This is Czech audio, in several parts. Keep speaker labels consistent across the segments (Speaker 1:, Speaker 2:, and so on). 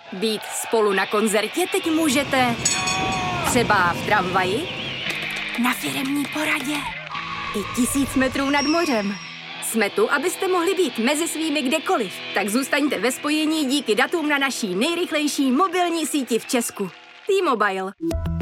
Speaker 1: Být spolu na koncertě teď můžete třeba v tramvaji, na firemní poradě i 1000 metrů nad mořem. Jsme tu, abyste mohli být mezi svými kdekoliv. Tak zůstaňte ve spojení díky datům na naší nejrychlejší mobilní síti v Česku. T-Mobile.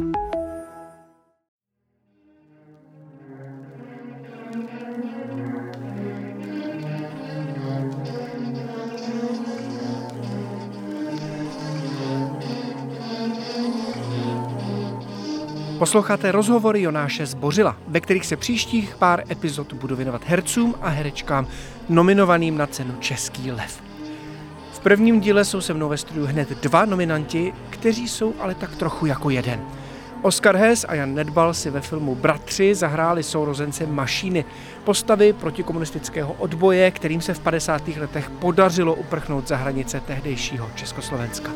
Speaker 2: Posloucháte rozhovory Jonáše Zbořila, ve kterých se příštích pár epizod budu věnovat hercům a herečkám nominovaným na cenu Český lev. V prvním díle jsou se mnou ve studiu hned 2 nominanti, kteří jsou ale tak trochu jako jeden. Oskar Hess a Jan Nedbal si ve filmu Bratři zahráli sourozence Mašíny, postavy protikomunistického odboje, kterým se v 50. letech podařilo uprchnout za hranice tehdejšího Československa.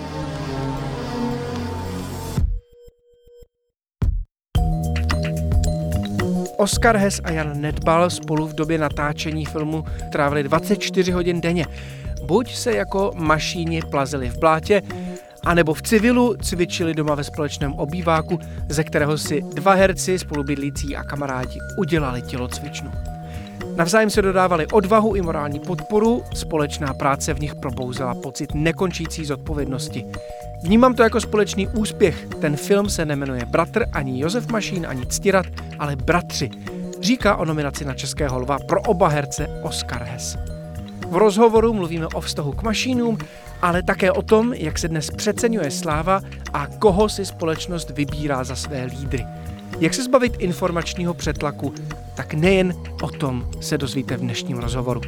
Speaker 2: Oskar Hess a Jan Nedbal spolu v době natáčení filmu trávili 24 hodin denně. Buď se jako mašíni plazili v blátě, anebo v civilu cvičili doma ve společném obýváku, ze kterého si 2 herci, spolubydlící a kamarádi udělali tělocvičnu. Navzájem se dodávali odvahu i morální podporu, společná práce v nich probouzela pocit nekončící zodpovědnosti. Vnímám to jako společný úspěch. Ten film se nejmenuje Bratr, ani Josef Mašín, ani Ctirad, ale Bratři. Říká o nominaci na Českého lva pro oba herce Oskar Hess. V rozhovoru mluvíme o vztahu k mašínům, ale také o tom, jak se dnes přeceňuje sláva a koho si společnost vybírá za své lídry. Jak se zbavit informačního přetlaku, tak nejen o tom se dozvíte v dnešním rozhovoru.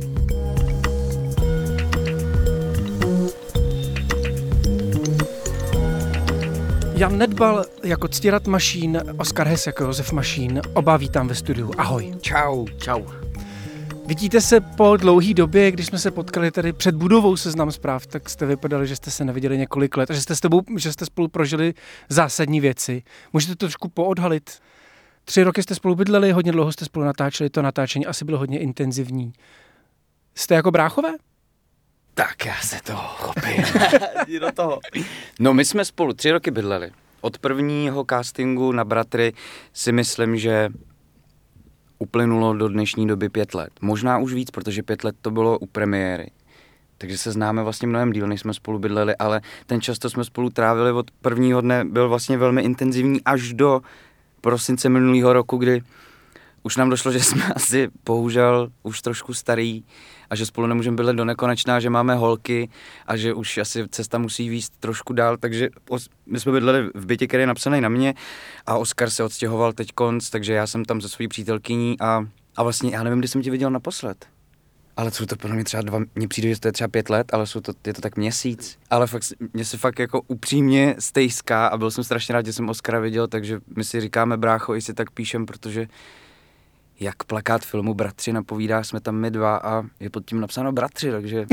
Speaker 2: Jan Nedbal jako Ctirad Mašín, Oskar Hess jako Josef Mašín, oba vítám ve studiu. Ahoj.
Speaker 3: Čau. Čau.
Speaker 2: Vidíte se po dlouhé době, když jsme se potkali tady před budovou Seznam Zpráv, tak jste vypadali, že jste se neviděli několik let a že jste spolu prožili zásadní věci. Můžete to trošku poodhalit? 3 roky jste spolu bydleli, hodně dlouho jste spolu natáčeli, to natáčení asi bylo hodně intenzivní. Jste jako bráchové?
Speaker 3: Tak já se toho chopím. Jdi do toho. No my jsme spolu 3 roky bydleli. Od prvního castingu na Bratry si myslím, že uplynulo do dnešní doby 5 let. Možná už víc, protože 5 let to bylo u premiéry. Takže se známe vlastně mnohem díl, než jsme spolu bydleli, ale ten čas, co jsme spolu trávili od prvního dne, byl vlastně velmi intenzivní až do prosince minulého roku, kdy už nám došlo, že jsme asi bohužel už trošku starý a že spolu nemůžeme bydlet do nekonečna, že máme holky a že už asi cesta musí víct trošku dál, takže my jsme bydleli v bytě, který je napsaný na mě a Oskar se odstěhoval teď konc, takže já jsem tam se svojí přítelkyní a vlastně já nevím, kdy jsem tě viděl naposled. Ale jsou to pro mě třeba mně přijde, že to je třeba 5 let, ale je to tak měsíc. Ale fakt, mě se fakt jako upřímně stejská a byl jsem strašně rád, že jsem Oskara viděl, takže my si říkáme brácho, i si tak píšem, protože jak plakát filmu Bratři napovídá, jsme tam my 2 a je pod tím napsáno Bratři, takže...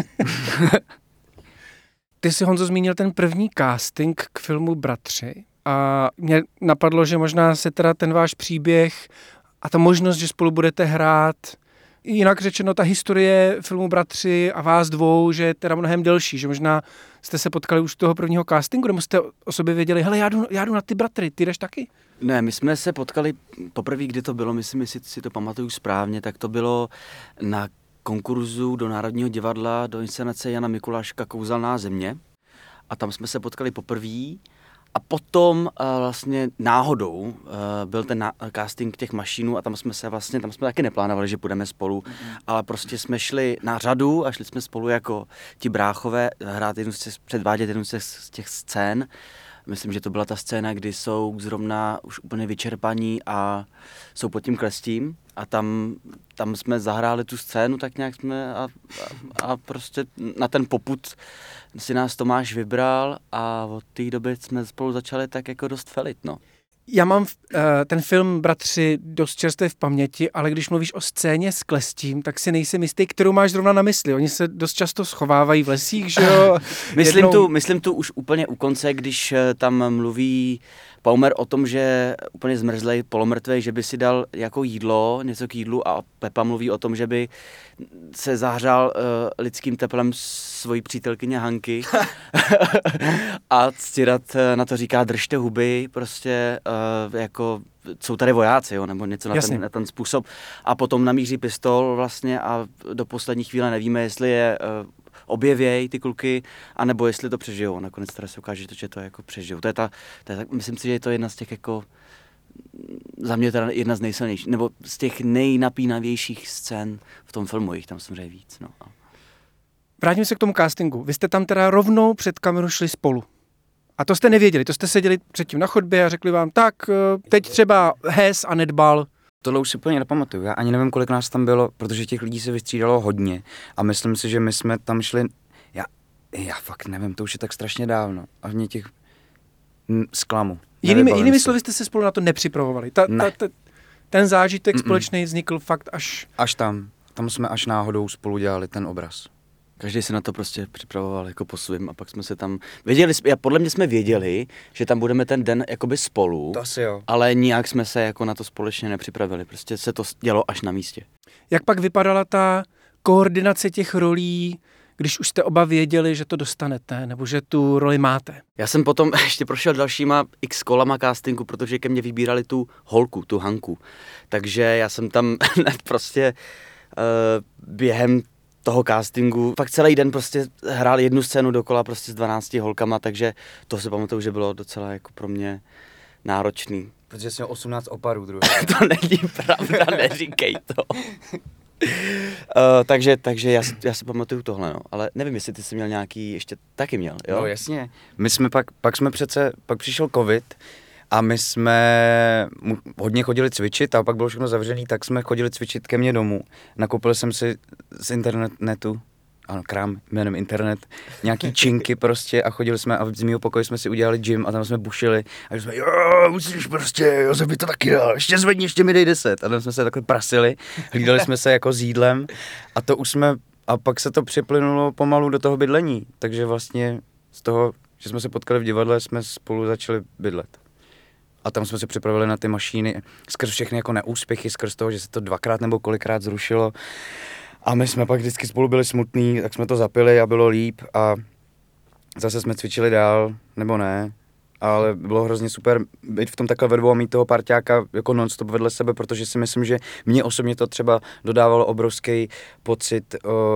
Speaker 2: Ty jsi, Honzo, zmínil ten první casting k filmu Bratři a mě napadlo, že možná se teda ten váš příběh a ta možnost, že spolu budete hrát, jinak řečeno ta historie filmu Bratři a vás 2, že je teda mnohem delší, že možná jste se potkali už toho prvního castingu, nebo jste o sobě věděli, hele, já jdu na ty Bratry, ty jdeš taky?
Speaker 4: Ne, my jsme se potkali poprvé, kdy to bylo, myslím, jestli si to pamatuju správně, tak to bylo na konkurzu do Národního divadla do inscenace Jana Mikuláška Kouzelná země a tam jsme se potkali poprvé a potom vlastně náhodou byl ten casting těch Mašínů a tam jsme taky neplánovali, že půjdeme spolu, ale prostě jsme šli na řadu a šli jsme spolu jako ti bráchové předvádět jednu z těch scén. Myslím, že to byla ta scéna, kdy jsou zrovna už úplně vyčerpaní a jsou pod tím klestím a tam jsme zahráli tu scénu, tak nějak jsme a prostě na ten popud si nás Tomáš vybral a od té doby jsme spolu začali tak jako dost felit, no.
Speaker 2: Já mám ten film Bratři dost čerstvě v paměti, ale když mluvíš o scéně s klestím, tak si nejsem jistý, kterou máš zrovna na mysli. Oni se dost často schovávají v lesích, že jo?
Speaker 4: Myslím tu už úplně u konce, když tam mluví Paumer o tom, že úplně zmrzlej, polomrtvej, že by si dal jako jídlo, něco k jídlu a Pepa mluví o tom, že by se zahřál lidským teplem svojí přítelkyně Hanky a Ctirat na to říká držte huby, prostě jako jsou tady vojáci, jo, nebo něco na ten způsob a potom namíří pistol vlastně a do poslední chvíle nevíme, jestli je objevěj ty kluky, anebo jestli to přežijou. Nakonec teda se ukáže, že to jako přežijou. Myslím si, že je to jedna z těch jako za mě teda jedna z nejsilnějších, nebo z těch nejnapínavějších scén v tom filmu, jich tam samozřejmě víc. No.
Speaker 2: Vrátím se k tomu castingu. Vy jste tam teda rovnou před kameru šli spolu. A to jste nevěděli, to jste seděli předtím na chodbě a řekli vám, tak teď třeba Hes a Nedbal.
Speaker 3: Tohle už si úplně nepamatuju. Já ani nevím, kolik nás tam bylo, protože těch lidí se vystřídalo hodně a myslím si, že my jsme tam šli, já fakt nevím, to už je tak strašně dávno a mě těch zklamu.
Speaker 2: Jinými slovy jste se spolu na to nepřipravovali. Ten zážitek společný vznikl fakt až
Speaker 3: tam jsme až náhodou spolu dělali ten obraz.
Speaker 4: Každý se na to prostě připravoval jako po svým a pak jsme se tam věděli, podle mě jsme věděli, že tam budeme ten den jakoby spolu,
Speaker 3: to asi jo.
Speaker 4: Ale nijak jsme se jako na to společně nepřipravili, prostě se to dělo až na místě.
Speaker 2: Jak pak vypadala ta koordinace těch rolí, když už jste oba věděli, že to dostanete, nebo že tu roli máte?
Speaker 4: Já jsem potom ještě prošel dalšíma x kolama castingu, protože ke mně vybírali tu holku, tu Hanku, takže já jsem tam prostě během toho castingu. Fakt celý den prostě hrál jednu scénu dokola prostě s 12 holkama, takže to si pamatuju, že bylo docela jako pro mě náročný.
Speaker 3: Protože jsi měl 18 oparů druhý.
Speaker 4: To není pravda, neříkej to. Takže já si pamatuju tohle, no. Ale nevím, jestli ty jsi měl nějaký, ještě taky měl, jo?
Speaker 3: No jasně. My jsme pak přišel covid a my jsme hodně chodili cvičit a pak bylo všechno zavřený, tak jsme chodili cvičit ke mně domů. Nakoupil jsem si z internetu, ano, krám jménem internet, nějaký činky prostě a chodili jsme a z mýho pokoje jsme si udělali gym a tam jsme bušili a jsme jo, musíš prostě, Josef by to taky dal, ještě zvedni, ještě mi dej 10 a tam jsme se takhle prasili, hlídali jsme se jako s jídlem a to už jsme, a pak se to připlynulo pomalu do toho bydlení, takže vlastně z toho, že jsme se potkali v divadle, jsme spolu začali bydlet. A tam jsme se připravili na ty mašíny skrz všechny jako neúspěchy, skrz toho, že se to dvakrát nebo kolikrát zrušilo. A my jsme pak vždycky spolu byli smutní, tak jsme to zapili a bylo líp a zase jsme cvičili dál, nebo ne. Ale bylo hrozně super být v tom takhle ve dvou a mít toho parťáka jako non-stop vedle sebe, protože si myslím, že mně osobně to třeba dodávalo obrovský pocit,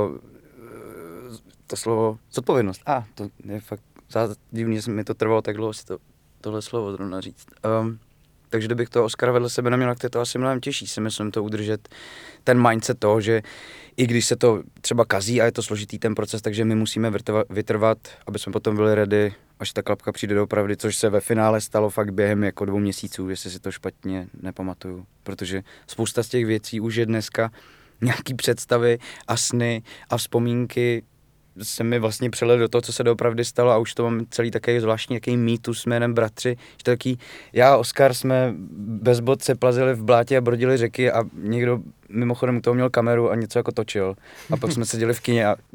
Speaker 3: to slovo, zodpovědnost. To je fakt divný, že mi to trvalo tak dlouho si tohle slovo zrovna říct. Takže kdybych toho Oscara vedle sebe neměl, tak to asi mnohem těžší, si myslím, to udržet ten mindset toho, že i když se to třeba kazí a je to složitý ten proces, takže my musíme vytrvat, aby jsme potom byli ready, až ta klapka přijde do pravdy, což se ve finále stalo fakt během jako 2 měsíců, jestli si to špatně nepamatuju, protože spousta z těch věcí už je dneska nějaký představy a sny a vzpomínky se mi vlastně přelil do toho, co se doopravdy stalo a už to mám celý takový zvláštní jaký mýtus jménem Bratři, že to taký, já a Oskar jsme bez bod se plazili v blátě a brodili řeky a někdo mimochodem u toho měl kameru a něco jako točil a pak jsme seděli v kině a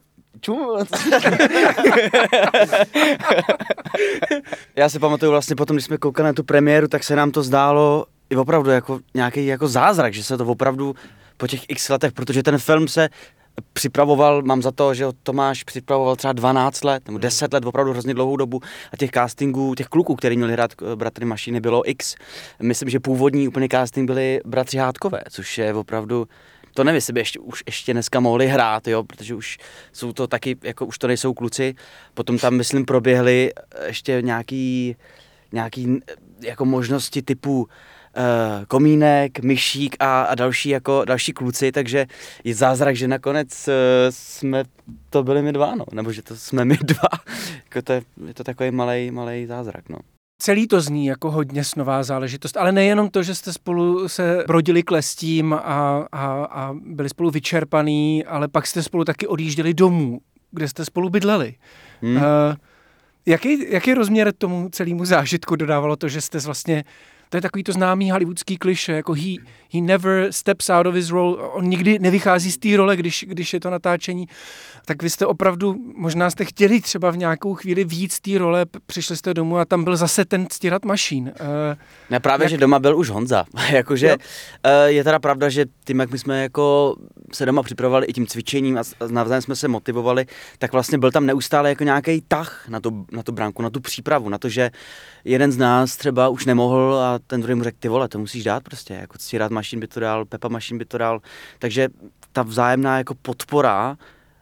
Speaker 4: Já si pamatuju vlastně potom, když jsme koukali na tu premiéru, tak se nám to zdálo i opravdu jako nějaký jako zázrak, že se to opravdu po těch x letech, protože ten film se připravoval, mám za to, že Tomáš připravoval třeba 12 let, nebo 10 let, opravdu hrozně dlouhou dobu a těch castingů, těch kluků, který měli hrát Bratry Mašíny, bylo x. Myslím, že původní úplně casting byli Bratři Hádkové, což je opravdu, to nevím, jestli by ještě dneska mohli hrát, jo, protože už jsou to taky, jako už to nejsou kluci. Potom tam, myslím, proběhly ještě nějaký jako možnosti typu Komínek, Myšík a další kluci, takže je zázrak, že nakonec jsme to byli my dva, no, nebo že to jsme my dva. Jako je to takový malej zázrak, no.
Speaker 2: Celý to zní jako hodně snová záležitost, ale nejenom to, že jste spolu se brodili klestím a byli spolu vyčerpaný, ale pak jste spolu taky odjížděli domů, kde jste spolu bydleli. Jaký rozměr tomu celému zážitku dodávalo to, že jste vlastně To je takový to známý hollywoodský klišé, jako he never steps out of his role, on nikdy nevychází z té role, když je to natáčení. Tak vy jste opravdu, možná jste chtěli třeba v nějakou chvíli víc z té role, přišli jste domů a tam byl zase ten Stírat mašín.
Speaker 4: Ne, právě, že doma byl už Honza. Jakože je teda pravda, že tím, jak my jsme jako se doma připravovali i tím cvičením a navzájem jsme se motivovali, tak vlastně byl tam neustále jako nějaký tah na tu branku, na tu přípravu, na to, že jeden z nás třeba už nemohl a ten druhý mu řekl, ty vole, to musíš dát prostě, jako Stírat mašín by to dal, Pepa mašín by to dal, takže ta vzájemná jako podpora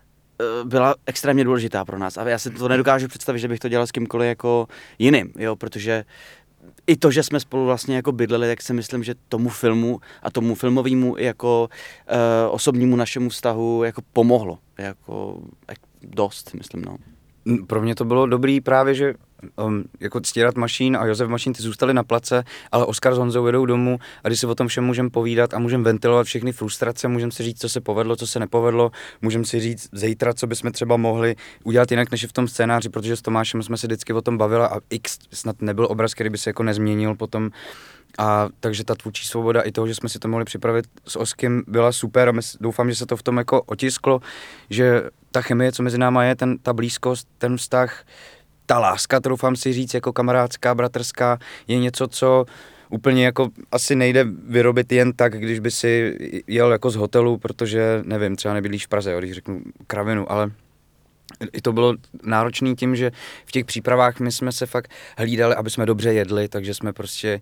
Speaker 4: byla extrémně důležitá pro nás a já si to nedokážu představit, že bych to dělal s kýmkoliv jako jiným, jo, protože i to, že jsme spolu vlastně jako bydleli, tak si myslím, že tomu filmu a tomu filmovému jako osobnímu našemu vztahu jako pomohlo, jako dost, myslím, no.
Speaker 3: Pro mě to bylo dobrý právě, že jako Stírat mašín a Josef Mašín, ty zůstali na place, ale Oskar s Honzou jedou domů a když si o tom všem můžeme povídat a můžeme ventilovat všechny frustrace, můžeme si říct, co se povedlo, co se nepovedlo, můžeme si říct zítra, co bychom třeba mohli udělat jinak, než je v tom scénáři, protože s Tomášem jsme se vždycky o tom bavili a X snad nebyl obraz, který by se jako nezměnil potom. A takže ta tvůrčí svoboda i toho, že jsme si to mohli připravit s Oskem, byla super a doufám, že se to v tom jako otisklo, že ta chemie, co mezi náma je, ta blízkost, ten vztah, ta láska, to doufám si říct, jako kamarádská, bratrská, je něco, co úplně jako asi nejde vyrobit jen tak, když by si jel jako z hotelu, protože nevím, třeba nebydlíš v Praze, jo, když řeknu Kravinu, ale i to bylo náročný tím, že v těch přípravách my jsme se fakt hlídali, aby jsme dobře jedli, takže jsme prostě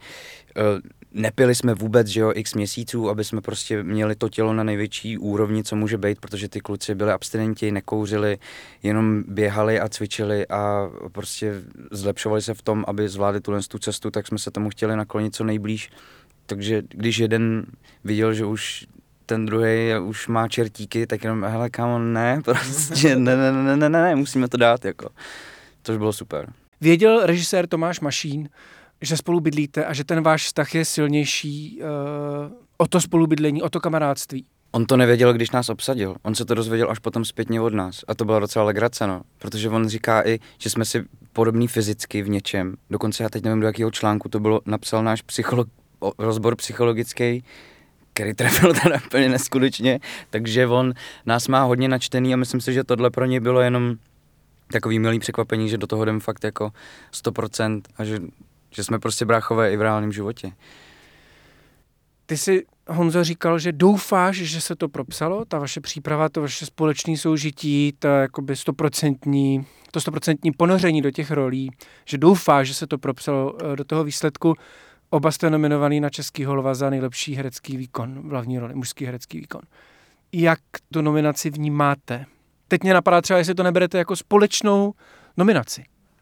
Speaker 3: nepili jsme vůbec, že jo, x měsíců, aby jsme prostě měli to tělo na největší úrovni, co může být, protože ty kluci byli abstinenti, nekouřili, jenom běhali a cvičili a prostě zlepšovali se v tom, aby zvládli tu cestu, tak jsme se tomu chtěli naklonit co nejblíž. Takže když jeden viděl, že už ten druhý už má čertíky, tak jenom, hele kámo, ne, prostě ne, musíme to dát, jako. Což bylo super.
Speaker 2: Věděl režisér Tomáš Mašín, že spolu bydlíte a že ten váš vztah je silnější o to spolubydlení, o to kamarádství?
Speaker 3: On to nevěděl, když nás obsadil. On se to dozvěděl až potom zpětně od nás. A to byla docela legrace, no. Protože on říká i, že jsme si podobní fyzicky v něčem. Dokonce já teď nevím, do jakého článku to bylo, napsal náš rozbor psychologický, který trefil teda úplně neskutečně, takže on nás má hodně načtený a myslím si, že tohle pro něj bylo jenom takový milý překvapení, že do toho jdem fakt jako 100% a že jsme prostě bráchové i v reálném životě.
Speaker 2: Ty si, Honzo, říkal, že doufáš, že se to propsalo, ta vaše příprava, to vaše společné soužití, to jakoby 100% ponoření do těch rolí, že doufáš, že se to propsalo do toho výsledku. Oba jste nominovaný na Český holva za nejlepší herecký výkon v hlavní roli, mužský herecký výkon. Jak tu nominaci vnímáte? Teď mě napadá třeba, jestli to neberete jako společnou nominaci.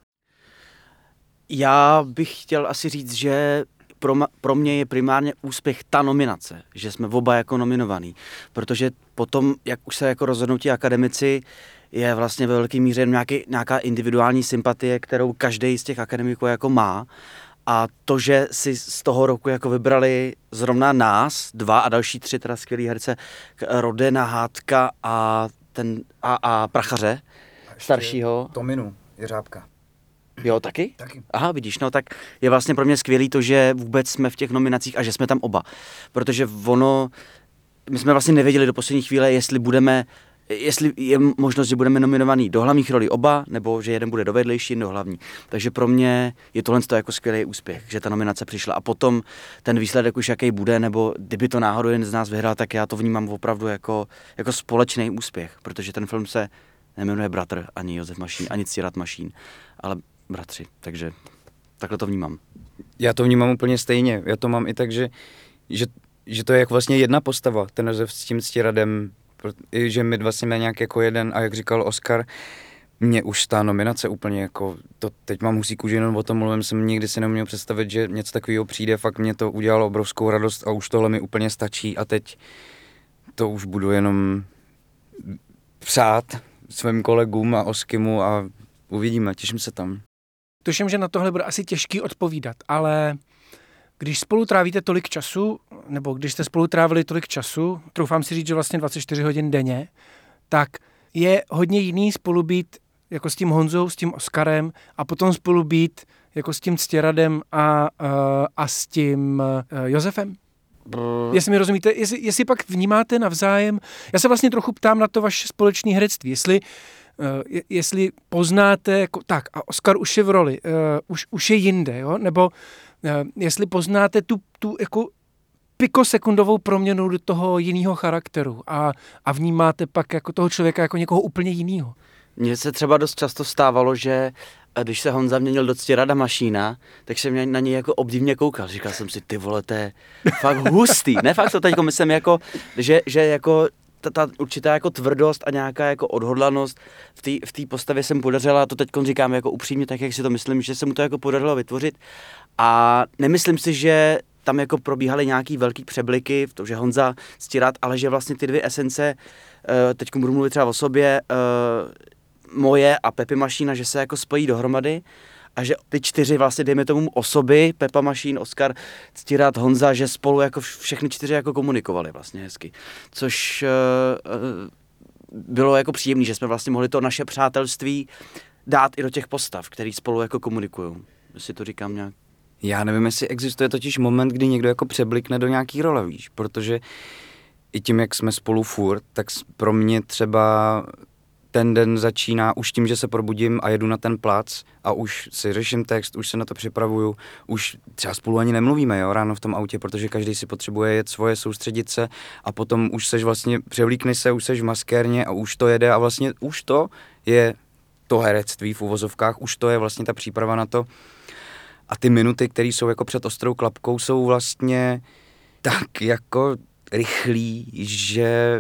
Speaker 4: Já bych chtěl asi říct, že pro mě je primárně úspěch ta nominace, že jsme oba jako nominovaný, protože potom, jak už se jako rozhodnou ti akademici, je vlastně ve velké míře nějaká individuální sympatie, kterou každý z těch akademiků jako má. A to, že si z toho roku jako vybrali zrovna nás, 2 a další 3 teda skvělý herce, Rodena, Hádka a Prachaře, staršího.
Speaker 3: Tominu, Jeřábka.
Speaker 4: Jo, taky?
Speaker 3: Taky.
Speaker 4: Aha, vidíš, no tak je vlastně pro mě skvělý to, že vůbec jsme v těch nominacích a že jsme tam oba. Protože my jsme vlastně nevěděli do poslední chvíle, jestli je možnost, že budeme nominovaný do hlavních rolí oba, nebo že jeden bude do vedlejší, do hlavní. Takže pro mě je tohle jako skvělý úspěch, že ta nominace přišla. A potom ten výsledek už jaký bude, nebo kdyby to náhodou jeden z nás vyhrál, tak já to vnímám opravdu jako společný úspěch, protože ten film se nejmenuje Bratr, ani Josef Mašín, ani Stírat mašín, ale bratři, takže takhle to vnímám.
Speaker 3: Já to vnímám úplně stejně. Já to mám i tak, že to je jako vlastně jedna postava, ten Josef s tím Stíradem, že my dva jsme nějak jako jeden a jak říkal Oskar, mě už ta nominace úplně jako, to teď mám husí kůži, jenom o tom mluvím, jsem nikdy si neměl představit, že něco takového přijde, fakt mě to udělalo obrovskou radost a už tohle mi úplně stačí a teď to už budu jenom přát svým kolegům a Oskimu a uvidíme, těším se tam.
Speaker 2: Tuším, že na tohle bude asi těžký odpovídat, ale když spolu trávíte tolik času, nebo když jste spolu trávili tolik času, troufám si říct, že vlastně 24 hodin denně, tak je hodně jiný spolu být jako s tím Honzou, s tím Oskarem a potom spolu být jako s tím Ctěradem a s tím Josefem? Jestli mi rozumíte, jestli pak vnímáte navzájem, já se vlastně trochu ptám na to vaše společné herectví, jestli poznáte, jako, tak a Oskar už je v roli, už je jinde, jo? Nebo jestli poznáte tu jako pikosekundovou proměnu do toho jiného charakteru a vnímáte pak jako toho člověka jako někoho úplně jiného.
Speaker 4: Mně se třeba dost často stávalo, že když se Honza měnil do Ctirada Mašína, tak jsem na něj jako obdivně koukal. Říkal jsem si, ty vole, to je fakt hustý. Ne fakt to teď myslím jako, že jako ta určitá jako tvrdost a nějaká jako odhodlanost v té postavě se mu podařila, to teď říkám jako upřímně, tak jak si to myslím, že se mu to jako podařilo vytvořit. A nemyslím si, že tam jako probíhaly nějaký velký přebliky v tom, že Honza Ctirad, ale že vlastně ty dvě esence, teď budu mluvit třeba o sobě, moje a Pepi Mašína, že se jako spojí dohromady a že ty 4 vlastně, dejme tomu osoby, Pepa Mašín, Oskar, Ctirad, Honza, že spolu jako všechny 4 jako komunikovali vlastně hezky. Což bylo jako příjemný, že jsme vlastně mohli to naše přátelství dát i do těch postav, který spolu jako komunikujou. Jestli to říkám nějak.
Speaker 3: Já nevím, jestli existuje totiž moment, kdy někdo jako přeblikne do nějaký role, víš, protože i tím, jak jsme spolu furt, tak pro mě třeba ten den začíná už tím, že se probudím a jedu na ten plac a už si řeším text, už se na to připravuju, už třeba spolu ani nemluvíme, jo, ráno v tom autě, protože každý si potřebuje jet svoje, soustředit se a potom už seš vlastně, převlíkneš se, už seš v maskérně a už to jede a vlastně už to je to herectví v uvozovkách, už to je vlastně ta příprava na to a ty minuty, které jsou jako před ostrou klapkou, jsou vlastně tak jako rychlý, že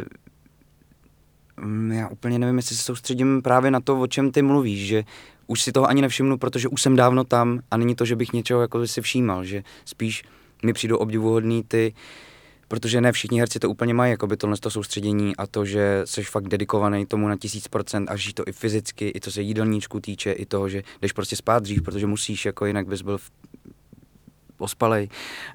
Speaker 3: já úplně nevím, jestli se soustředím právě na to, o čem ty mluvíš, že už si toho ani nevšimnu, protože už jsem dávno tam a není to, že bych něčeho jako si všímal, že spíš mi přijdou obdivuhodný ty, protože ne všichni herci to úplně mají, jako by tohle soustředění a to, že jsi fakt dedikovaný tomu na 1000% a žij to i fyzicky, i co se jídelníčku týče, i toho, že jdeš prostě spát dřív, protože musíš, jako jinak bys byl ospalej.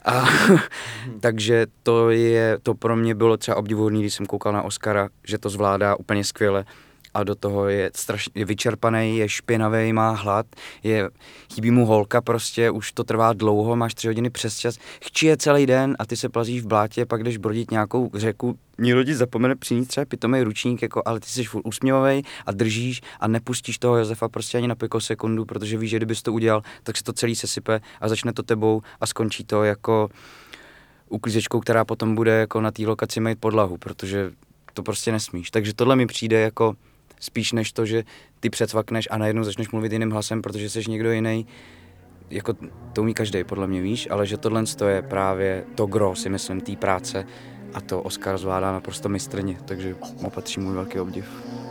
Speaker 3: Takže to pro mě bylo třeba obdivuhodný, když jsem koukal na Oscara, že to zvládá úplně skvěle a do toho je strašně vyčerpaný, je špinavý, má hlad, chybí mu holka prostě, už to trvá dlouho, máš 3 hodiny přes čas, chčije celý den a ty se plazíš v blátě, pak jdeš brodit nějakou řeku, někdo ti zapomene přinést třeba pitomej ručník, jako, ale ty jsi furt usměvavej a držíš a nepustíš toho Josefa prostě ani na pikosekundu, protože víš, že kdybys to udělal, tak se to celý sesype a začne to tebou a skončí to jako uklízečkou, která potom bude jako na té lokaci mít podlahu, protože to prostě nesmíš. Takže tohle mi přijde jako spíš než to, že ty předsvakneš a najednou začneš mluvit jiným hlasem, protože jsi někdo jiný. Jako to umí každej, podle mě, víš, ale že tohle je právě to gro, si myslím, té práce a to Oskar zvládá naprosto mistrně, takže mu patří můj velký obdiv.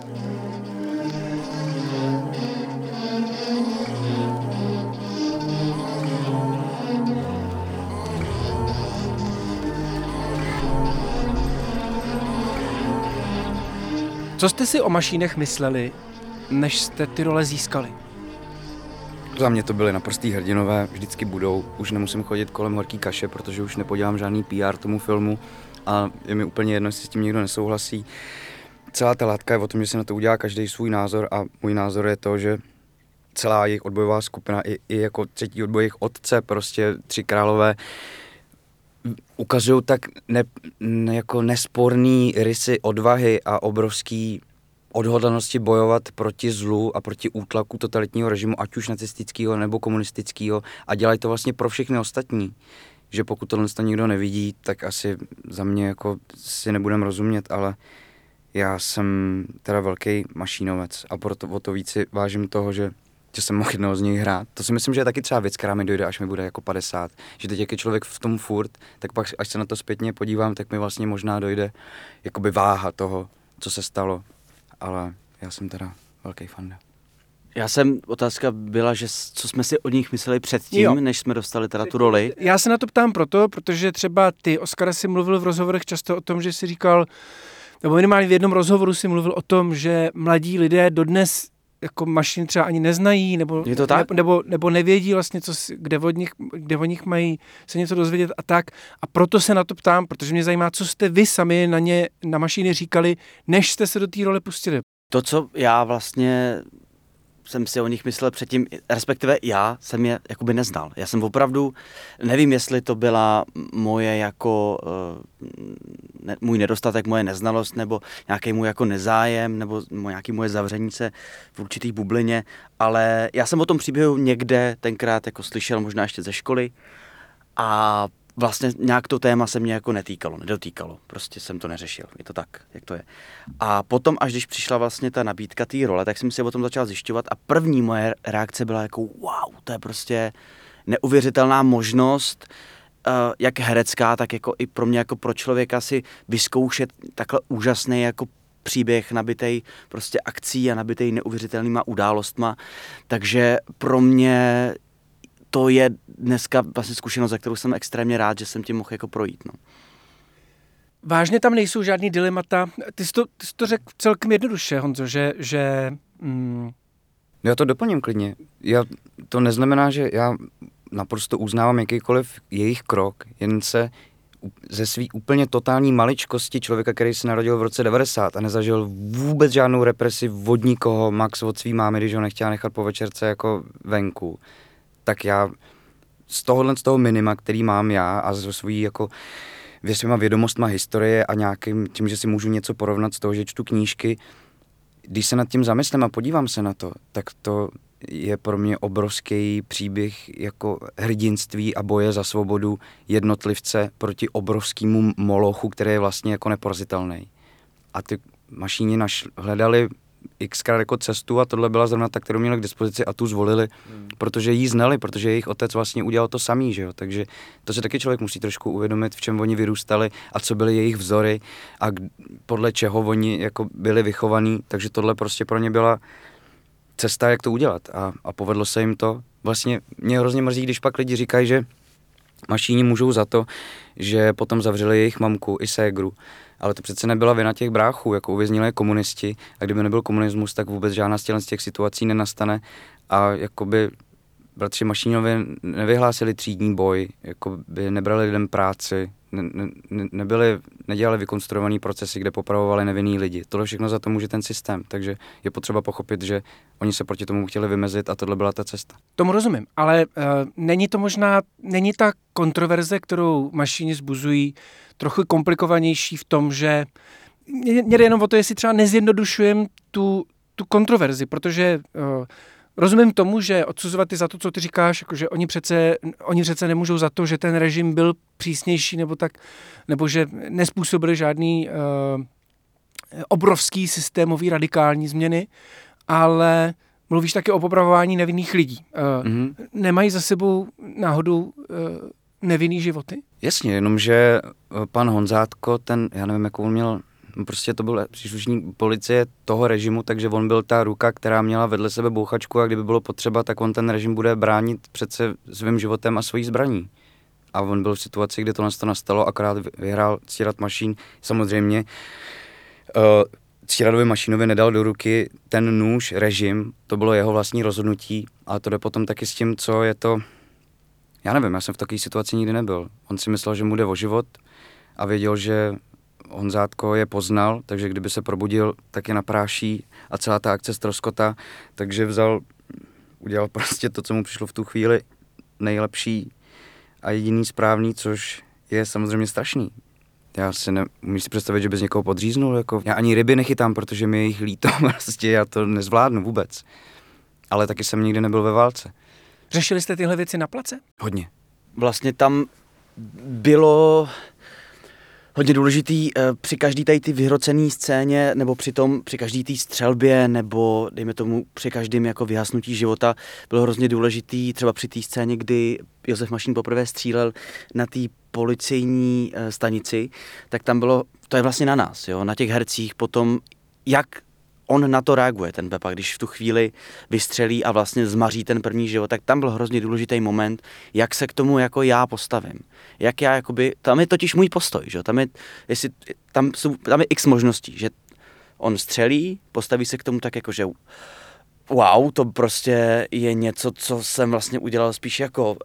Speaker 2: Co jste si o Mašínech mysleli, než jste ty role získali?
Speaker 3: Za mě to byly naprostý hrdinové, vždycky budou. Už nemusím chodit kolem horký kaše, protože už nepodělám žádný PR tomu filmu a je mi úplně jedno, jestli s tím někdo nesouhlasí. Celá ta látka je o tom, že si na to udělá každý svůj názor a můj názor je to, že celá jejich odbojová skupina i jako třetí odboj jejich otce, prostě 3 králové, ukazují tak jako nesporný rysy odvahy a obrovský odhodlanosti bojovat proti zlu a proti útlaku totalitního režimu, ať už nacistického nebo komunistického a dělají to vlastně pro všechny ostatní. Že pokud tohle to nikdo nevidí, tak asi za mě jako si nebudem rozumět, ale já jsem teda velký mašínovec a proto o to víc si vážím toho, že jsem mohl jednoho z nich hrát. To si myslím, že je taky třeba věc, která mi dojde, až mi bude jako 50. Že teď, jak je člověk v tom furt, tak pak, až se na to zpětně podívám, tak mi vlastně možná dojde jakoby váha toho, co se stalo. Ale já jsem teda velký fan.
Speaker 4: Otázka byla, že co jsme si o nich mysleli předtím, než jsme dostali teda tu roli.
Speaker 2: Já se na to ptám protože třeba ty, Oskar, si mluvil v rozhovorech často o tom, že si říkal, nebo minimálně v jednom rozhovoru si mluvil o tom, že mladí lidé dodnes jako Mašíny třeba ani neznají, nebo nevědí vlastně, kde od nich mají se něco dozvědět a tak. A proto se na to ptám, protože mě zajímá, co jste vy sami na Mašíny říkali, než jste se do té role pustili.
Speaker 4: To, co já vlastně jsem si o nich myslel předtím, respektive já jsem je jakoby neznal. Já jsem opravdu, nevím, jestli to byla moje jako, můj nedostatek, moje neznalost, nebo nějaký můj jako nezájem, nebo nějaký moje zavření se v určitý bublině, ale já jsem o tom příběhu někde tenkrát jako slyšel, možná ještě ze školy, a vlastně nějak to téma se mě jako nedotýkalo. Prostě jsem to neřešil. Je to tak, jak to je. A potom, až když přišla vlastně ta nabídka té role, tak jsem si o tom začal zjišťovat a první moje reakce byla jako wow, to je prostě neuvěřitelná možnost, jak herecká, tak jako i pro mě jako pro člověka si vyzkoušet takhle úžasný jako příběh nabitej prostě akcí a nabitej neuvěřitelnýma událostma. Takže pro mě to je dneska vlastně zkušenost, za kterou jsem extrémně rád, že jsem tím mohl jako projít. No.
Speaker 2: Vážně tam nejsou žádný dilemata. Ty jsi to řekl celkem jednoduše, Honzo, že
Speaker 3: Já to doplním klidně. To neznamená, že já naprosto uznávám jakýkoliv jejich krok, jen se ze svý úplně totální maličkosti člověka, který se narodil v roce 90 a nezažil vůbec žádnou represi od nikoho, max od svý mámy, když ho nechtěla nechat po večerce jako venku, tak já z toho minima, který mám já a ze svojí jako svýma vědomostma historie a nějakým tím, že si můžu něco porovnat z toho, že čtu knížky, když se nad tím zamyslím a podívám se na to, tak to je pro mě obrovský příběh jako hrdinství a boje za svobodu jednotlivce proti obrovskému molochu, který je vlastně jako neporazitelný. A ty mašíni hledali xkrát jako cestu a tohle byla zrovna ta, kterou měli k dispozici a tu zvolili, protože jí znali, protože jejich otec vlastně udělal to samý, že jo, takže to se taky člověk musí trošku uvědomit, v čem oni vyrůstali a co byly jejich vzory a podle čeho oni jako byli vychovaní, takže tohle prostě pro ně byla cesta, jak to udělat a povedlo se jim to. Vlastně mě hrozně mrzí, když pak lidi říkají, že mašíni můžou za to, že potom zavřeli jejich mamku i ségru. Ale to přece nebyla vina těch bráchů, jako uvěznili komunisti a kdyby nebyl komunismus, tak vůbec žádná z těch situací nenastane a jakoby bratři Mašínovi nevyhlásili třídní boj, jakoby nebrali lidem práci, nedělali vykonstruovaný procesy, kde popravovali nevinný lidi. Tohle všechno za to může ten systém, takže je potřeba pochopit, že oni se proti tomu chtěli vymezit a tohle byla ta cesta.
Speaker 2: Tomu rozumím, ale není ta kontroverze, kterou mašíni zbuzují, trochu komplikovanější v tom, že mě jde jenom o to, jestli třeba nezjednodušujeme tu kontroverzi, protože rozumím tomu, že odsuzovat je za to, co ty říkáš, jakože oni přece nemůžou za to, že ten režim byl přísnější nebo že nespůsobili žádný obrovský systémový radikální změny, ale mluvíš taky o popravování nevinných lidí. Nemají za sebou náhodou nevinný životy?
Speaker 3: Jasně, jenomže pan Honzátko, já nevím, jakou on měl, prostě to byl příslušník policie toho režimu, takže on byl ta ruka, která měla vedle sebe bouchačku a kdyby bylo potřeba, tak on ten režim bude bránit přece svým životem a svojí zbraní. A on byl v situaci, kdy to nastalo, akorát vyhrál Ctirad Mašín. Samozřejmě Ctiradovi Mašínovi nedal do ruky ten nůž režim, to bylo jeho vlastní rozhodnutí, ale to jde potom taky s tím, co je to. Já nevím, já jsem v takové situaci nikdy nebyl. On si myslel, že mu jde o život a věděl, že Honzátko je poznal, takže kdyby se probudil, tak je napráší a celá ta akce ztroskotá, takže udělal prostě to, co mu přišlo v tu chvíli nejlepší a jediný správný, což je samozřejmě strašný. Já si umím si představit, že bys někoho podříznul, jako já ani ryby nechytám, protože mi je jich líto, prostě já to nezvládnu vůbec. Ale taky jsem nikdy nebyl ve válce.
Speaker 2: Řešili jste tyhle věci na place?
Speaker 3: Hodně.
Speaker 4: Vlastně tam bylo hodně důležitý při každý tady ty vyhrocený scéně, nebo při každý té střelbě, nebo dejme tomu při každém jako vyhasnutí života, bylo hrozně důležitý třeba při té scéně, kdy Josef Mašín poprvé střílel na té policejní stanici, tak tam bylo, to je vlastně na nás, jo, na těch hercích potom, jak on na to reaguje, ten Pepa, když v tu chvíli vystřelí a vlastně zmaří ten první život, tak tam byl hrozně důležitý moment, jak se k tomu jako já postavím. Jak já jakoby, tam je totiž můj postoj, že? Tam je x možností, že on střelí, postaví se k tomu tak jako, že wow, to prostě je něco, co jsem vlastně udělal spíš jako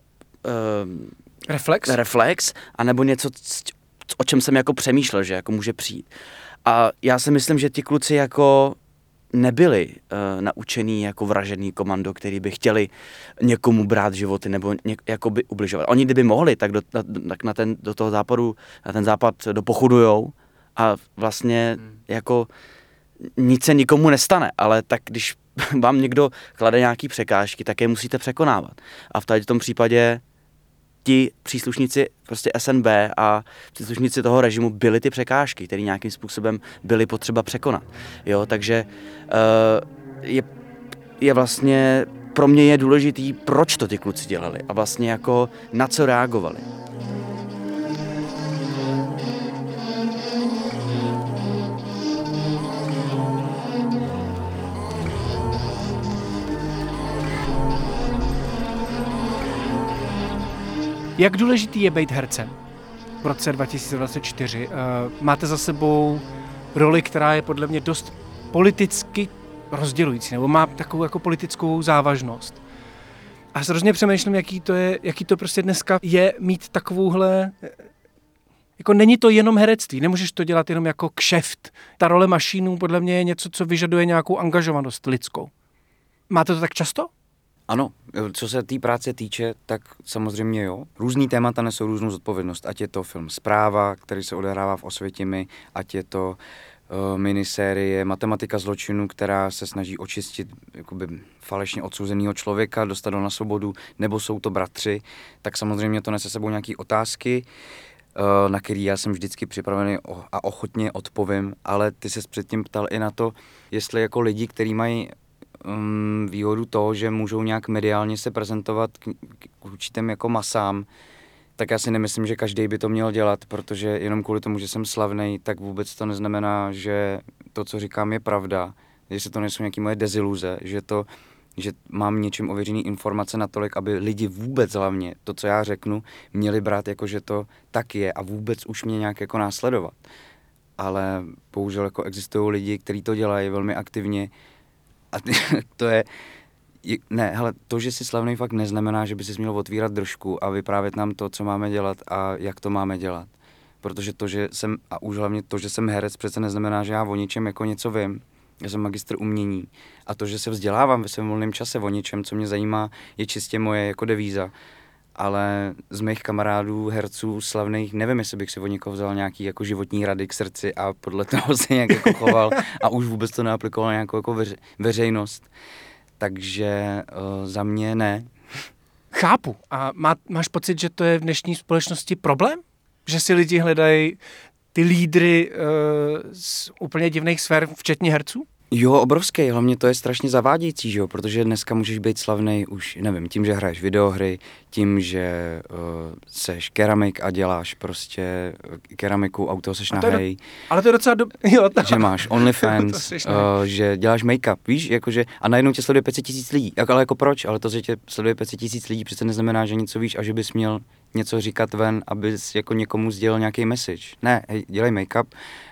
Speaker 4: reflex, anebo něco, o čem jsem jako přemýšlel, že jako může přijít. A já si myslím, že ti kluci jako nebyli naučený jako vražedný komando, který by chtěli někomu brát životy nebo jakoby ubližovat. Oni kdyby mohli, tak do toho západu, na ten západ dopochudujou a vlastně jako nic se nikomu nestane, ale tak když vám někdo klade nějaký překážky, tak je musíte překonávat. A v tom případě ti příslušníci prostě SNB a příslušníci toho režimu byly ty překážky, které nějakým způsobem byly potřeba překonat. Jo, takže je vlastně, pro mě je důležitý, proč to ty kluci dělali a vlastně jako na co reagovali.
Speaker 2: Jak důležitý je být hercem v roce 2024? Máte za sebou roli, která je podle mě dost politicky rozdělující, nebo má takovou jako politickou závažnost. A hrozně přemýšlím, jaký to prostě dneska je mít takovouhle... Jako není to jenom herectví, nemůžeš to dělat jenom jako kšeft. Ta role mašínů podle mě je něco, co vyžaduje nějakou angažovanost lidskou. Máte to tak často?
Speaker 3: Ano, co se té práce týče, tak samozřejmě jo. Různý témata nesou různou zodpovědnost, ať je to film Zpráva, který se odehrává v Osvětimi, ať je to minisérie Matematika zločinu, která se snaží očistit jakoby falešně odsouzeného člověka, dostat ho na svobodu, nebo jsou to Bratři, tak samozřejmě to nese sebou nějaké otázky, na který já jsem vždycky připravený a ochotně odpovím, ale ty ses předtím ptal i na to, jestli jako lidi, kteří mají výhodu toho, že můžou nějak mediálně se prezentovat k určitým jako masám, tak já si nemyslím, že každý by to měl dělat, protože jenom kvůli tomu, že jsem slavnej, tak vůbec to neznamená, že to, co říkám, je pravda, že to nejsou nějaké moje deziluze, že mám něčím ověřený informace natolik, aby lidi vůbec hlavně to, co já řeknu, měli brát jako, že to tak je a vůbec už mě nějak jako následovat. Ale bohužel jako existují lidi, kteří to dělají velmi aktivně a to je... Ne, hele, to, že jsi slavný, fakt neznamená, že by si měl otvírat držku a vyprávět nám to, co máme dělat a jak to máme dělat. Protože to, že jsem, a už hlavně to, že jsem herec, přece neznamená, že já o něčem jako něco vím. Já jsem magistr umění a to, že se vzdělávám ve svém volném čase o něčem, co mě zajímá, je čistě moje jako devíza. Ale z mých kamarádů, herců, slavných, nevím, jestli bych si od někoho vzal nějaký jako životní rady k srdci a podle toho se nějak jako choval a už vůbec to neaplikoval na nějakou jako veřejnost. Takže za mě ne.
Speaker 2: Chápu. A máš pocit, že to je v dnešní společnosti problém? Že si lidi hledají ty lídry z úplně divných sfér, včetně herců?
Speaker 3: Jo, obrovský, hlavně to je strašně zavádějící, že jo, protože dneska můžeš být slavnej už, nevím, tím, že hraješ videohry, tím, že seš keramik a děláš prostě keramiku, auto seš nahej.
Speaker 2: Ale to je docela
Speaker 3: že máš OnlyFans, že děláš make-up, víš, jakože, a najednou tě sleduje 500 000 lidí, ale jako proč? Ale to, že tě sleduje 500 000 lidí, přece neznamená, že něco víš a že bys měl něco říkat ven, abys jako někomu sdělil nějaký message. Ne, hej, dělej make-up,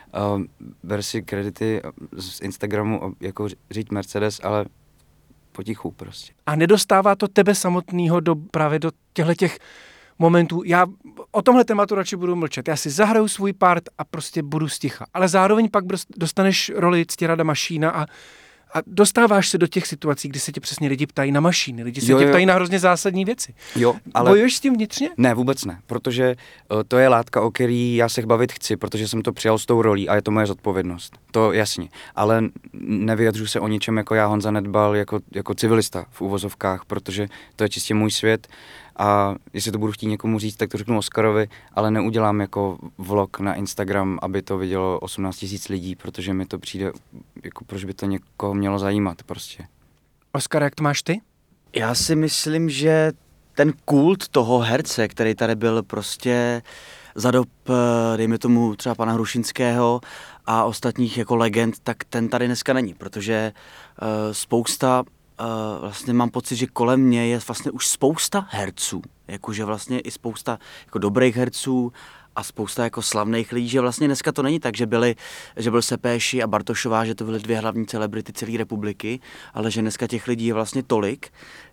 Speaker 3: ber si kredity z Instagramu, jako říct Mercedes, ale potichu prostě.
Speaker 2: A nedostává to tebe samotného právě do těchto momentů? Já o tomhle tématu radši budu mlčet. Já si zahraju svůj part a prostě budu sticha. Ale zároveň pak dostaneš roli Ctirada Mašína a dostáváš se do těch situací, kdy se tě přesně lidi ptají na mašíny, lidi se tě ptají na hrozně zásadní věci.
Speaker 3: Jo, ale...
Speaker 2: Bojuješ s tím vnitřně?
Speaker 3: Ne, vůbec ne, protože to je látka, o který já se bavit chci, protože jsem to přijal s tou rolí a je to moje zodpovědnost. To jasně, ale nevyjadřuji se o ničem jako já, Honza Nedbal, jako civilista v uvozovkách, protože to je čistě můj svět a jestli to budu chtít někomu říct, tak to řeknu Oscarovi, ale neudělám jako vlog na Instagram, aby to vidělo 18 000 lidí, protože mi to přijde, jako proč by to někoho mělo zajímat prostě.
Speaker 2: Oskar, jak to máš ty?
Speaker 4: Já si myslím, že ten kult toho herce, který tady byl prostě za dob, dejme tomu třeba pana Hrušinského a ostatních jako legend, tak ten tady dneska není, protože spousta, vlastně mám pocit, že kolem mě je vlastně už spousta herců, jakože vlastně i spousta jako dobrých herců a spousta jako slavných lidí, že vlastně dneska to není tak, že byl Sepéši a Bartošová, že to byly dvě hlavní celebrity celé republiky, ale že dneska těch lidí je vlastně tolik,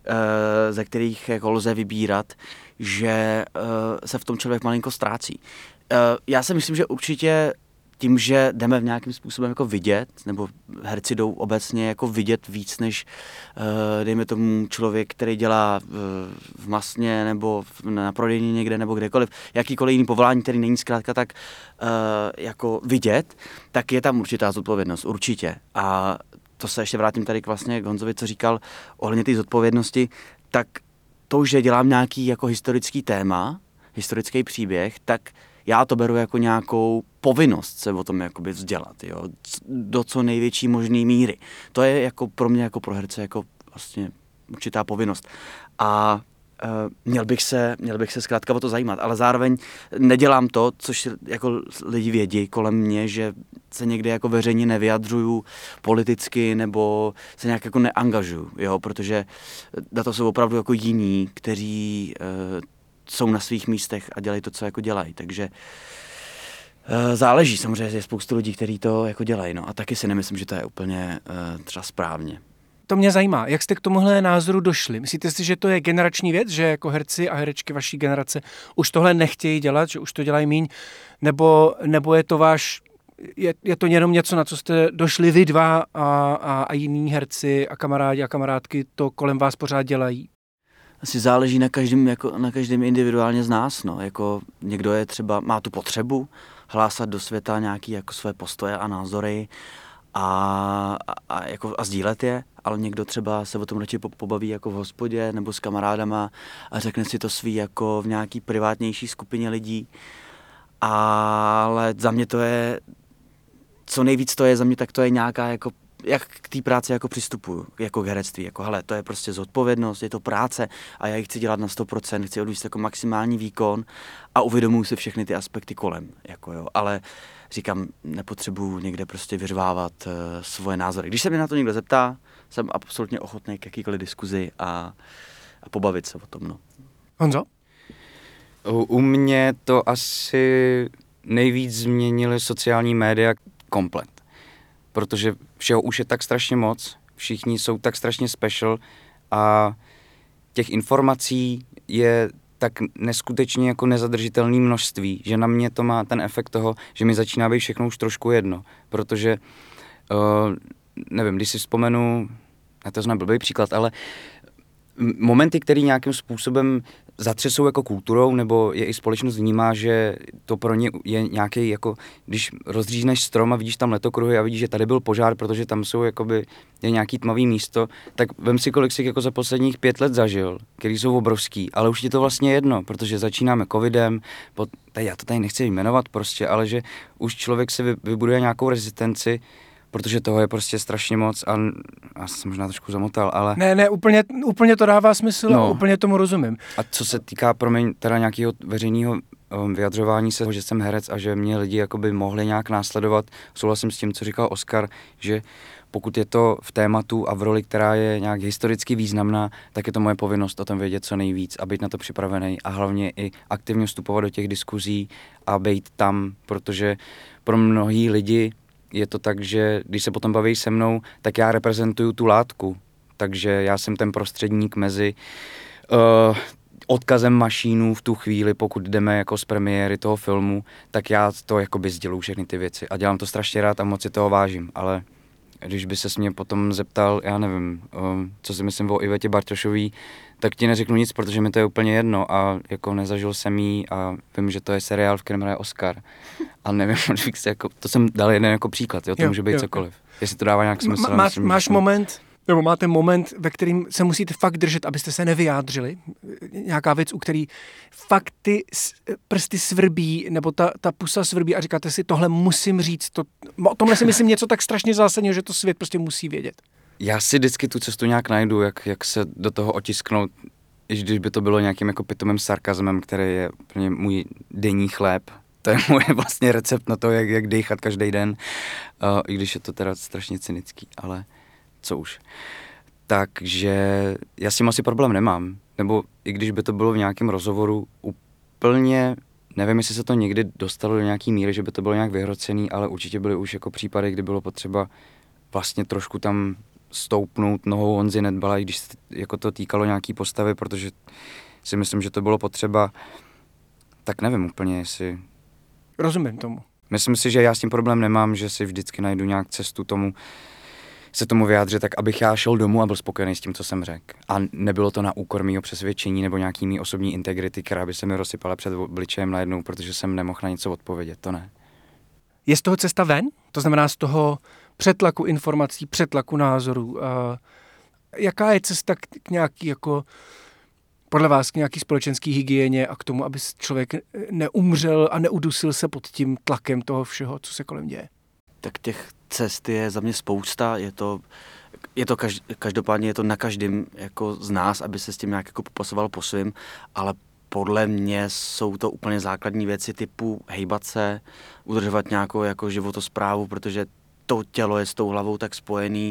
Speaker 4: ze kterých jako lze vybírat, že se v tom člověk malinko ztrácí. Já si myslím, že určitě tím, že jdeme v nějakým způsobem jako vidět, nebo herci jdou obecně jako vidět víc, než dejme tomu člověk, který dělá v masně nebo na prodejně někde nebo kdekoliv, jakýkoliv jiný povolání, který není zkrátka tak jako vidět, tak je tam určitá zodpovědnost, určitě. A to se ještě vrátím tady k vlastně Honzovi, co říkal ohledně té zodpovědnosti, tak to, že dělám nějaký jako historický téma, historický příběh, tak já to beru jako nějakou povinnost se o tom jakoby vzdělat, jo, do co největší možný míry. To je jako pro mě, jako pro herce, jako vlastně určitá povinnost. A měl bych se zkrátka o to zajímat, ale zároveň nedělám to, což jako lidi vědí kolem mě, že se někde jako veřejně nevyjadřuju politicky nebo se nějak jako neangažuju, jo, protože na to jsou opravdu jako jiní, kteří jsou na svých místech a dělají to, co jako dělají, takže záleží, samozřejmě je spoustu lidí, kteří to jako dělají, no a taky si nemyslím, že to je úplně třeba správně.
Speaker 2: To mě zajímá, jak jste k tomuhle názoru došli? Myslíte si, že to je generační věc, že jako herci a herečky vaší generace už tohle nechtějí dělat, že už to dělají míň, nebo je to je to jenom něco, na co jste došli vy dva a jiní herci a kamarádi a kamarádky to kolem vás pořád dělají?
Speaker 4: Asi záleží na každém individuálně z nás, no, jako někdo je třeba, má tu potřebu hlásat do světa nějaké jako své postoje a názory a sdílet je, ale někdo třeba se o tom radši pobaví jako v hospodě nebo s kamarádama a řekne si to svý jako v nějaký privátnější skupině lidí, ale za mě to je, co nejvíc to je za mě, tak to je nějaká jako, jak k té práci jako přistupuju, jako k herectví, jako hele, to je prostě zodpovědnost, je to práce a já ji chci dělat na 100%, chci odvíct jako maximální výkon a uvědomuji si všechny ty aspekty kolem, jako jo, ale říkám, nepotřebuju někde prostě vyřvávat svoje názory. Když se mě na to někdo zeptá, jsem absolutně ochotný k jakýkoliv diskuzi a pobavit se o tom, no.
Speaker 2: Honzo?
Speaker 3: U mě to asi nejvíc změnily sociální média komplet. Protože všeho už je tak strašně moc, všichni jsou tak strašně special a těch informací je tak neskutečně jako nezadržitelné množství, že na mě to má ten efekt toho, že mi začíná být všechno už trošku jedno, protože nevím, když si vzpomenu, a to znamená blbý příklad, ale momenty, které nějakým způsobem zatřesou jako kulturou, nebo je i společnost vnímá, že to pro ně je nějaký, jako když rozřízneš strom a vidíš tam letokruhy a vidíš, že tady byl požár, protože tam jsou jakoby, je nějaký tmavý místo, tak vem si, kolik si jako za posledních 5 let zažil, který jsou obrovský, ale už je to vlastně jedno, protože začínáme covidem, já to tady nechci jmenovat prostě, ale že už člověk si vybuduje nějakou rezistenci, protože toho je prostě strašně moc a já jsem možná trošku zamotal, ale...
Speaker 2: Ne, úplně to dává smysl a úplně tomu rozumím.
Speaker 3: A co se týká, promiň, teda nějakého veřejného vyjadřování se, že jsem herec a že mě lidi jakoby mohli nějak následovat, souhlasím s tím, co říkal Oskar, že pokud je to v tématu a v roli, která je nějak historicky významná, tak je to moje povinnost o tom vědět co nejvíc a být na to připravený a hlavně i aktivně vstupovat do těch diskuzí a být tam, protože pro mnohý lidi je to tak, že když se potom baví se mnou, tak já reprezentuju tu látku. Takže já jsem ten prostředník mezi odkazem mašínů v tu chvíli, pokud jdeme jako z premiéry toho filmu, tak já to jakoby sděluju všechny ty věci. A dělám to strašně rád a moc si toho vážím. Ale když by ses mě potom zeptal, já nevím, co si myslím o Ivetě Bartošový, tak ti neřeknu nic, protože mi to je úplně jedno a jako nezažil jsem jí a vím, že to je seriál, v kterém hraje Oscar. A nevím, to jsem dal jeden jako příklad, jo, to může být cokoliv. Jestli to dává nějak smysl.
Speaker 2: Máš moment, nebo máte moment, ve kterým se musíte fakt držet, abyste se nevyjádřili? Nějaká věc, u který fakt ty prsty svrbí, nebo ta pusa svrbí a říkáte si, tohle musím říct. O tomhle si myslím něco tak strašně zásadního, že to svět prostě musí vědět. Já
Speaker 3: si vždycky tu cestu nějak najdu, jak se do toho otisknout, i když by to bylo nějakým jako pitomým sarkazmem, který je úplně můj denní chléb. To je můj vlastně recept na to, jak dýchat každý den, i když je to teda strašně cynický, ale co už. Takže já s tím asi problém nemám, nebo i když by to bylo v nějakém rozhovoru úplně, nevím, jestli se to někdy dostalo do nějaký míry, že by to bylo nějak vyhrocený, ale určitě byly už jako případy, kdy bylo potřeba vlastně trošku tam stoupnout nohou Honzy Nedbala, i když se jako to týkalo nějaký postavy, protože si myslím, že to bylo potřeba, tak nevím úplně, jestli...
Speaker 2: Rozumím tomu.
Speaker 3: Myslím si, že já s tím problém nemám, že si vždycky najdu nějak cestu se tomu vyjádřit, tak abych já šel domů a byl spokojený s tím, co jsem řekl. A nebylo to na úkor mýho přesvědčení nebo nějaký mý osobní integrity, která by se mi rozsypala před obličejem najednou, protože jsem nemohl na něco odpovědět, to ne.
Speaker 2: Je z toho cesta ven? To znamená z toho přetlaku informací, přetlaku názorů. Jaká je cesta k nějaký, jako podle vás, k nějaký společenský hygieně a k tomu, aby člověk neumřel a neudusil se pod tím tlakem toho všeho, co se kolem děje?
Speaker 4: Tak těch cest je za mě spousta, každopádně je to na každém jako z nás, aby se s tím nějak jako popasoval po svým, ale podle mě jsou to úplně základní věci typu hejbat se, udržovat nějakou jako životosprávu, protože to tělo je s tou hlavou tak spojený,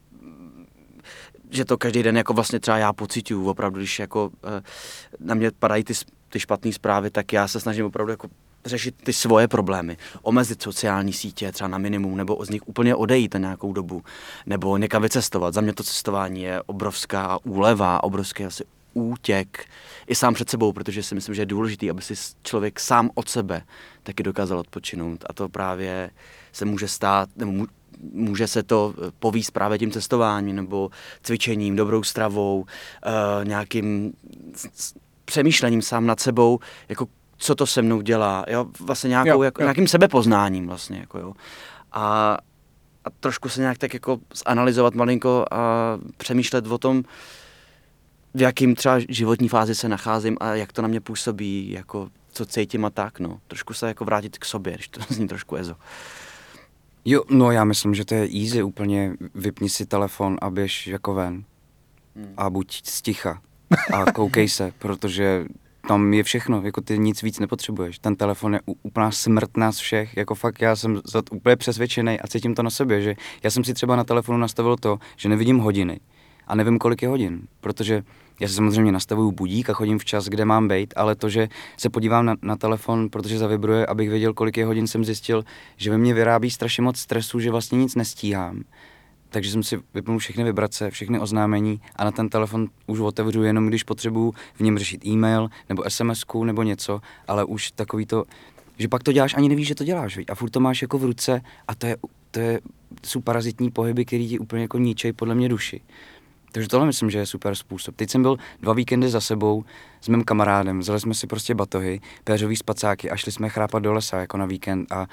Speaker 4: že to každý den jako vlastně třeba já pociťuju opravdu, když jako na mě padají ty špatné zprávy, tak já se snažím opravdu jako řešit ty svoje problémy, omezit sociální sítě třeba na minimum, nebo z nich úplně odejít na nějakou dobu, nebo někam vycestovat. Za mě to cestování je obrovská úleva, obrovský asi útěk i sám před sebou, protože si myslím, že je důležitý, aby si člověk sám od sebe taky dokázal odpočinout. A to právě se může stát, nebo může se to povíst právě tím cestováním, nebo cvičením, dobrou stravou, nějakým přemýšlením sám nad sebou, jako co to se mnou dělá, jo? Vlastně nějakým sebepoznáním vlastně, jako jo. A trošku se nějak tak jako zanalyzovat malinko a přemýšlet o tom, v jakým třeba životní fázi se nacházím a jak to na mě působí, jako co cítím a tak, no. Trošku se jako vrátit k sobě, když to zní trošku ezo.
Speaker 3: Jo, no já myslím, že to je easy úplně, vypni si telefon a běž jako ven. A buď sticha a koukej se, protože tam je všechno, jako ty nic víc nepotřebuješ. Ten telefon je úplná smrt nás všech, jako fakt já jsem úplně přesvědčený a cítím to na sobě, že já jsem si třeba na telefonu nastavil to, že nevidím hodiny a nevím, kolik je hodin, protože já si samozřejmě nastavuju budík a chodím včas, kde mám být, ale to, že se podívám na telefon, protože zavibruje, abych věděl, kolik je hodin, jsem zjistil, že ve mně vyrábí strašně moc stresu, že vlastně nic nestíhám. Takže jsem si vypnul všechny vibrace, všechny oznámení a na ten telefon už otevřu jenom, když potřebuju v něm řešit e-mail nebo SMS-ku nebo něco, ale už takový to, že pak to děláš, ani nevíš, že to děláš, a furt to máš jako v ruce a jsou parazitní pohyby, který ti úplně jako ničej podle mě duši. Takže tohle myslím, že je super způsob. Teď jsem byl 2 víkendy za sebou s mým kamarádem, vzali jsme si prostě batohy, péřový spacáky a šli jsme chrápat do lesa jako na víkend a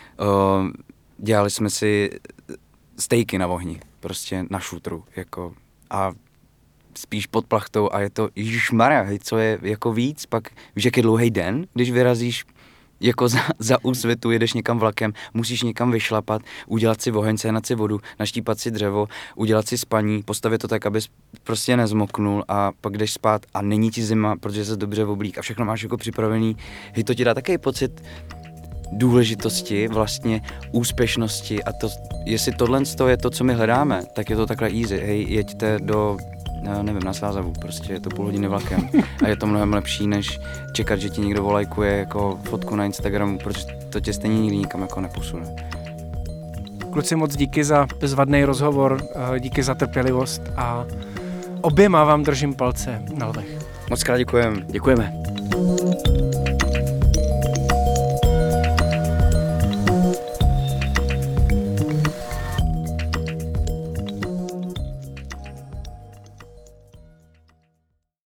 Speaker 3: dělali jsme si stejky na ohni, prostě na šutru, jako a spíš pod plachtou a je to, ježišmarja, hej, co je jako víc, pak víš, jak je dlouhý den, když vyrazíš jako za Úsvitu, jedeš někam vlakem, musíš někam vyšlapat, udělat si oheň, sehnat si vodu, naštípat si dřevo, udělat si spaní, postavit to tak, abys prostě nezmoknul a pak jdeš spát a není ti zima, protože se dobře oblík a všechno máš jako připravený. Hej, to ti dá takový pocit důležitosti, vlastně úspěšnosti a to, jestli tohle je to, co my hledáme, tak je to takhle easy. Hej, jeďte do, nevím, na Sázavu, prostě je to půl hodiny vlakem a je to mnohem lepší, než čekat, že ti někdo volajkuje jako fotku na Instagramu, protože to tě stejně nikdy nikam jako neposune.
Speaker 2: Kluci, moc díky za bezvadný rozhovor, díky za trpělivost a oběma vám držím palce na lvech.
Speaker 3: Moc krát děkujeme.
Speaker 4: Děkujeme.